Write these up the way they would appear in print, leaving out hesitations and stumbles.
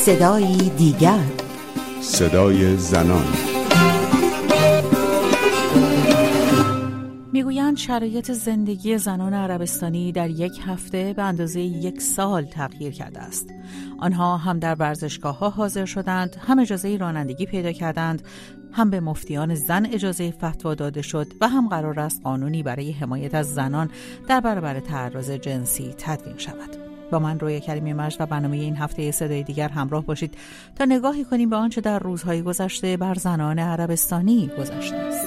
صدایی دیگر، صدای زنان. میگویند شرایط زندگی زنان عربستانی در یک هفته به اندازه 1 سال تغییر کرده است. آنها هم در ورزشگاه‌ها حاضر شدند، هم اجازه رانندگی پیدا کردند، هم به مفتیان زن اجازه فتوا داده شد و هم قرار است قانونی برای حمایت از زنان در برابر تعرض جنسی تدوین شود. با من رویا کریمی مجد و برنامه این هفته صدای دیگر همراه باشید تا نگاهی کنیم به آنچه در روزهای گذشته بر زنان عربستانی گذشته است.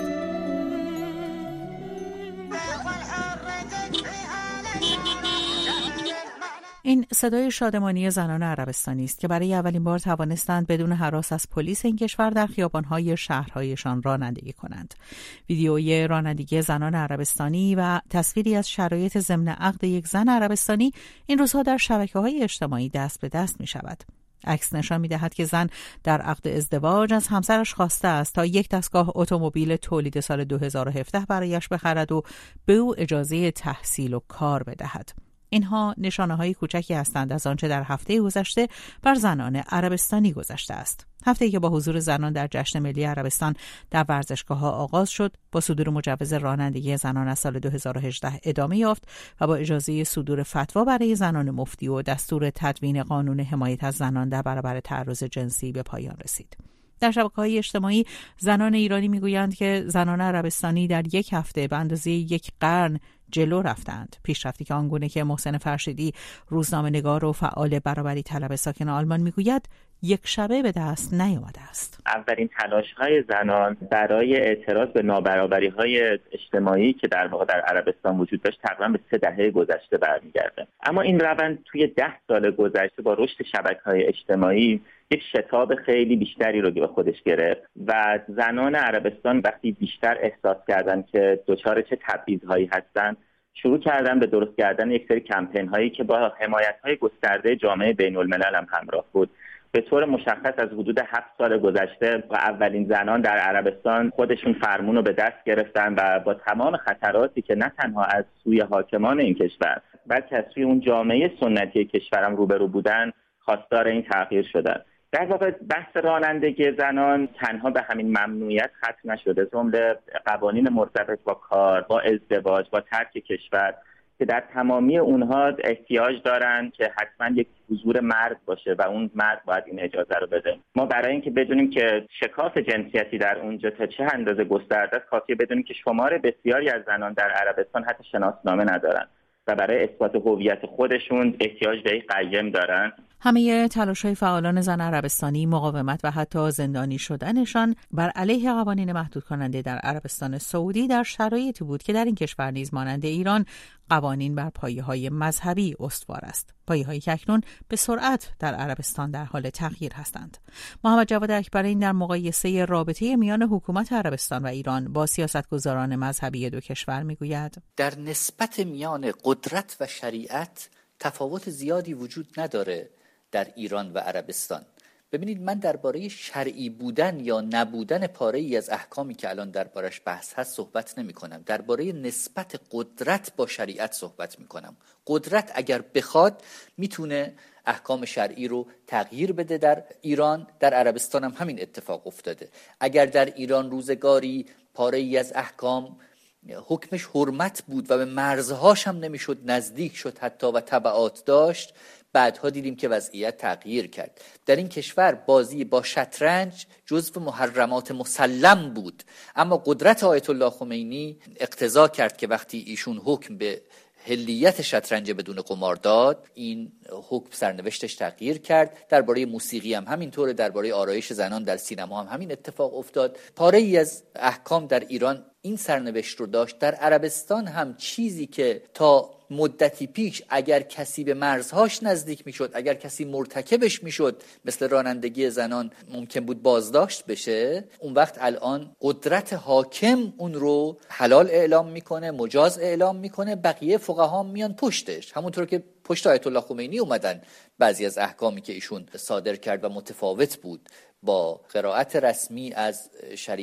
این صدای شادمانی زنان عربستانی است که برای اولین بار توانستند بدون هراس از پلیس این کشور در خیابان‌های شهرهایشان رانندگی کنند. ویدیوی رانندگی زنان عربستانی و تصویری از شرایط ضمن عقد یک زن عربستانی این روزها در شبکه‌های اجتماعی دست به دست می‌شود. عکس نشان می‌دهد که زن در عقد ازدواج از همسرش خواسته است تا یک دستگاه اتومبیل تولید سال 2017 برایش بخرد و به او اجازه تحصیل و کار بدهد. اینها نشانه‌های کوچکی هستند از آنچه در هفته گذشته بر زنان عربستانی گذشته است. هفته‌ای که با حضور زنان در جشن ملی عربستان در ورزشگاه‌ها آغاز شد، با صدور مجوز رانندگی زنان از سال 2018 ادامه یافت و با اجازه صدور فتوا برای زنان مفتی و دستور تدوین قانون حمایت از زنان در برابر تعرض جنسی به پایان رسید. در شبکه‌های اجتماعی زنان ایرانی میگویند که زنان عربستانی در یک هفته به اندازه 1 قرن جلو رفتند. پیشرفتی که آنگونه که محسن فرشیدی، روزنامه‌نگار و فعال برابری طلب ساکن آلمان میگوید یک شبه به دست نیامده است. اولین تلاش‌های زنان برای اعتراض به نابرابری‌های اجتماعی که در واقع در عربستان وجود داشت تقریباً به 3 دهه گذشته برمیگرده. اما این روند توی 10 سال گذشته با رشد شبکه‌های اجتماعی یک شتاب خیلی بیشتری رو به خودش گرفت و زنان عربستان وقتی بیشتر احساس کردن که دچار چه تبعیض‌هایی هستن، شروع کردن به درست کردن یک سری کمپین‌هایی که با حمایت‌های گسترده جامعه بین‌الملل هم همراه بود. به طور مشخص از حدود 7 سال گذشته و اولین زنان در عربستان خودشون فرمون رو به دست گرفتن و با تمام خطراتی که نه تنها از سوی حاکمان این کشور بلکه از سوی اون جامعه سنتی کشورم روبرو بودن خواستار این تغییر شدن. در واقع بحث رانندگی زنان تنها به همین ممنوعیت ختم نشده، جمله قوانین مرتبط با کار، با ازدواج، با ترک کشور که در تمامی اونها احتیاج دارن که حتما یک حضور مرد باشه و اون مرد باید این اجازه رو بده. ما برای اینکه بدونیم که شکاف جنسیتی در اونجا تا چه اندازه گسترده است کافیه بدونیم که شمار بسیاری از زنان در عربستان حتی شناسنامه ندارن و برای اثبات هویت خودشون احتیاج به یک قیم دارن. همه تلاش‌های فعالان زن عربستانی، مقاومت و حتی زندانی شدنشان بر علیه قوانین محدود کننده در عربستان سعودی در شرایطی بود که در این کشور نیز مانند ایران قوانین بر پایه‌های مذهبی استوار است. پایه‌هایی که اکنون به سرعت در عربستان در حال تغییر هستند. محمد جواد اکبرین در مقایسه رابطه میان حکومت عربستان و ایران با سیاستگزاران مذهبی دو کشور میگوید در نسبت میان قدرت و شریعت تفاوت زیادی وجود نداره در ایران و عربستان. ببینید، من درباره شرعی بودن یا نبودن پاره‌ای از احکامی که الان دربارش بحث هست صحبت نمی‌کنم. درباره نسبت قدرت با شریعت صحبت می‌کنم. قدرت اگر بخواد میتونه احکام شرعی رو تغییر بده در ایران، در عربستان هم همین اتفاق افتاده. اگر در ایران روزگاری پاره‌ای از احکام حکمش حرمت بود و به مرزهاش هم نمیشد نزدیک شد حتی و تبعات داشت، بعدها دیدیم که وضعیت تغییر کرد. در این کشور بازی با شطرنج جزو محرمات مسلم بود، اما قدرت آیت الله خمینی اقتضا کرد که وقتی ایشون حکم به حلیت شطرنج بدون قمار داد، این حکم سرنوشتش تغییر کرد. درباره موسیقی هم همینطوره، درباره آرایش زنان در سینما هم همین اتفاق افتاد. پاره‌ای از احکام در ایران این سرنوشت رو داشت. در عربستان هم چیزی که تا مدتی پیش اگر کسی به مرزهاش نزدیک میشد، اگر کسی مرتکبش میشد، مثل رانندگی زنان، ممکن بود بازداشت بشه، اون وقت الان قدرت حاکم اون رو حلال اعلام میکنه، مجاز اعلام میکنه، بقیه فقها میان پشتش، همونطور که پشت آیت الله خمینی اومدن بعضی از احکامی که ایشون صادر کرد و متفاوت بود با قرائت رسمی از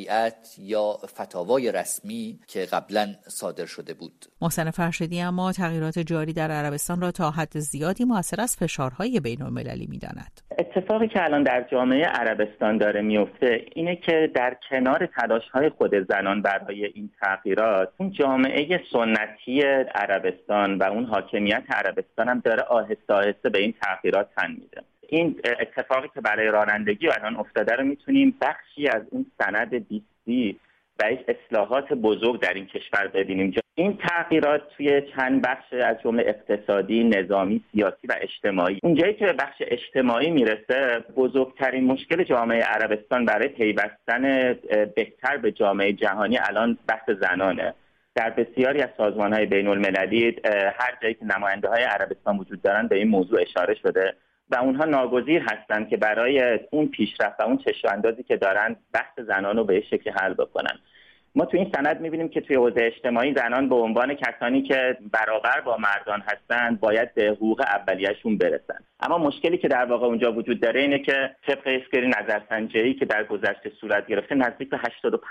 شریعت یا فتاوای رسمی که قبلا صادر شده بود. محسن فرشیدی اما تغییر تغییرات جاری در عربستان را تا حد زیادی مؤثر از فشارهای بین‌المللی می‌داند. اتفاقی که الان در جامعه عربستان داره میفته اینه که در کنار تلاش‌های خود زنان برای این تغییرات، اون جامعه سنتی عربستان و اون حاکمیت عربستان هم داره آهسته آهسته به این تغییرات تن میده. این اتفاقی که برای رانندگی الان افتاده رو میتونیم بخشی از اون سند 20 و یک اصلاحات بزرگ در این کشور ببینیم. این تغییرات توی چند بخش از جمله اقتصادی، نظامی، سیاسی و اجتماعی. اونجایی که به بخش اجتماعی میرسه، بزرگترین مشکل جامعه عربستان برای پیوستن بهتر به جامعه جهانی الان بحث زنانه. در بسیاری از سازمان‌های بین‌المللی هر جایی که نماینده‌های عربستان وجود دارن به این موضوع اشاره شده و اونها ناگزیر هستن که برای اون پیشرفت و اون چشم‌اندازی که دارن بحث زنان رو به شکلی حل بکنن. ما تو این سند می‌بینیم که توی حوزه اجتماعی زنان به عنوان کسانی که برابر با مردان هستن باید به حقوق اولیه‌شون برسن. اما مشکلی که در واقع اونجا وجود داره اینه که طبق اسکری نظرسنجی که در گذشته صورت گرفته نزدیک به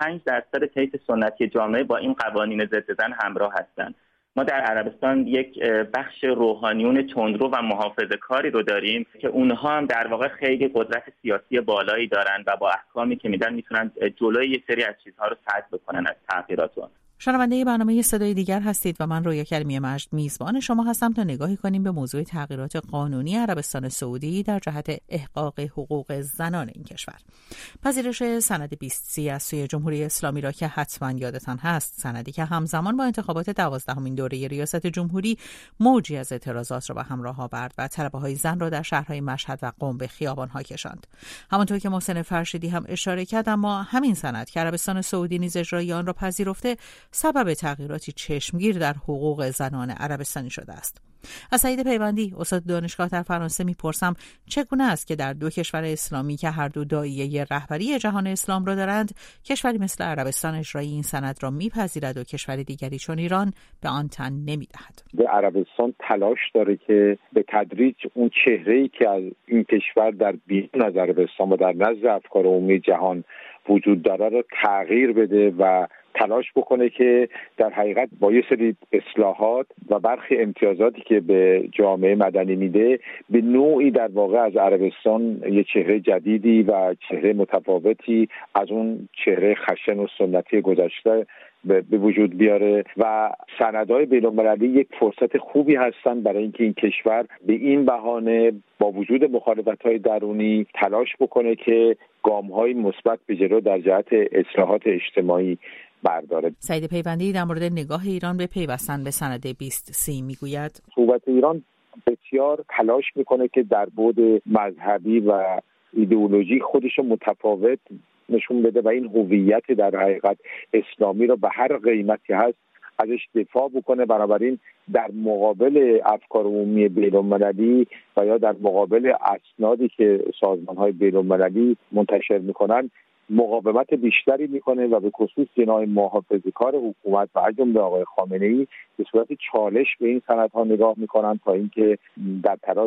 85% طیف سنتی جامعه با این قوانین ضد زن همراه هستن. ما در عربستان یک بخش روحانیون تندرو و محافظه‌کاری رو داریم که اونها هم در واقع خیلی قدرت سیاسی بالایی دارن و با احکامی که میدن میتونن جلوی یه سری از چیزها رو سد بکنن از تغییراتون. شنونده برنامه صدای دیگر هستید و من رویا کریمی مجد میزبان شما هستم تا نگاهی کنیم به موضوع تغییرات قانونی عربستان سعودی در جهت احقاق حقوق زنان این کشور. پذیرش سند 20 از سوی جمهوری اسلامی را که حتما یادتان هست، سندی که همزمان با انتخابات 12مین دوره ریاست جمهوری موجی از اعتراضات را به همراه آورد و طلبه‌های زن را در شهرهای مشهد و قم به خیابان‌ها کشاند. همانطور که محسن فرشیدی هم اشاره کرد، اما همین سند که عربستان سعودی نیز اجرای آن را پذیرفته سبب تغییراتی چشمگیر در حقوق زنان عربستانی شده است. از سعید پیوندی، استاد دانشگاه در فرانسه، میپرسم چگونه است که در دو کشور اسلامی که هر دو داعیه رهبری جهان اسلام را دارند، کشوری مثل عربستان اجرای این سند را میپذیرد و کشور دیگری چون ایران به آن تن نمیدهد. به عربستان تلاش داره که به تدریج اون چهره‌ای که از این کشور در بیرون از عربستان و در نزد افکار عمومی جهان وجود داره رو تغییر بده و تلاش بکنه که در حقیقت با یه سری اصلاحات و برخی امتیازاتی که به جامعه مدنی میده به نوعی در واقع از عربستان یه چهره جدیدی و چهره متفاوتی از اون چهره خشن و سنتی گذشته به وجود بیاره و سندهای بین‌المللی یک فرصت خوبی هستن برای اینکه این کشور به این بهانه با وجود مخالفت‌های درونی تلاش بکنه که گام‌های مثبت به جلو در جهت اصلاحات اجتماعی برداره. سعید پیوندی در مورد نگاه ایران به پیوستن به سند 20 میگوید حکومت ایران بسیار تلاش میکنه که در بعد مذهبی و ایدئولوژی خودش رو متفاوت نشون بده و این هویت در حقیقت اسلامی رو به هر قیمتی هست ازش دفاع بکنه. بنابراین در مقابل افکار عمومی بین‌المللی و یا در مقابل اسنادی که سازمان‌های بین‌المللی منتشر میکنن مقاومت بیشتری میکنه و به خصوص جناح محافظه‌کار حکومت و از جمله آقای خامنه‌ای به صورت چالش به این سندها نگاه میکنن تا اینکه در تلاش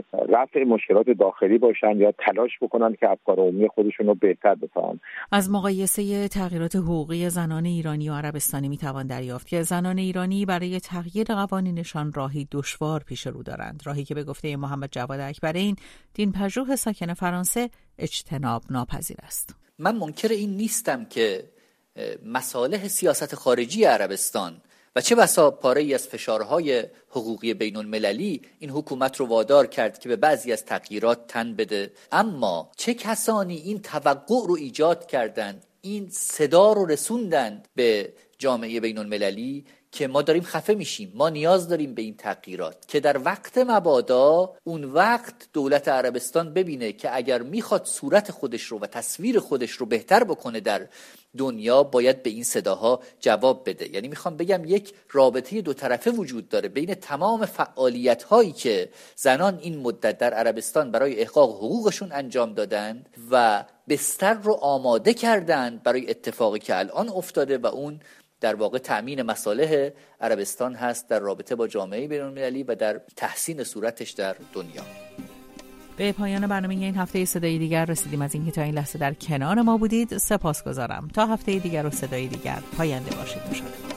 رفع مشکلات داخلی باشن یا تلاش بکنن که افکار عمومی خودشون رو بهتر بفهمن. از مقایسه تغییرات حقوقی زنان ایرانی و عربستانی میتوان دریافت که زنان ایرانی برای تغییر قوانینشان راهی دشوار پیش رو دارند، راهی که به گفته محمد جواد اکبرین، دین‌پژوه ساکن فرانسه، اجتناب ناپذیر است. من منکر این نیستم که مصالح سیاست خارجی عربستان و چه بسا پاره‌ای از فشارهای حقوقی بین المللی این حکومت رو وادار کرد که به بعضی از تغییرات تن بده، اما چه کسانی این توقع رو ایجاد کردند، این صدا رو رسوندند به جامعه بین المللی که ما داریم خفه میشیم، ما نیاز داریم به این تغییرات، که در وقت مبادا اون وقت دولت عربستان ببینه که اگر میخواد صورت خودش رو و تصویر خودش رو بهتر بکنه در دنیا باید به این صداها جواب بده. یعنی میخوام بگم یک رابطه دو طرفه وجود داره بین تمام فعالیت هایی که زنان این مدت در عربستان برای احقاق حقوقشون انجام دادند و بستر رو آماده کردند برای اتفاقی که الان افتاده و اون در واقع تأمین مصالح عربستان هست در رابطه با جامعه بین‌المللی و در تحسین صورتش در دنیا. به پایان برنامه این هفته صدای دیگر رسیدیم. از اینکه تا این لحظه در کنار ما بودید سپاسگزارم. تا هفته دیگر و صدای دیگر، پاینده باشید.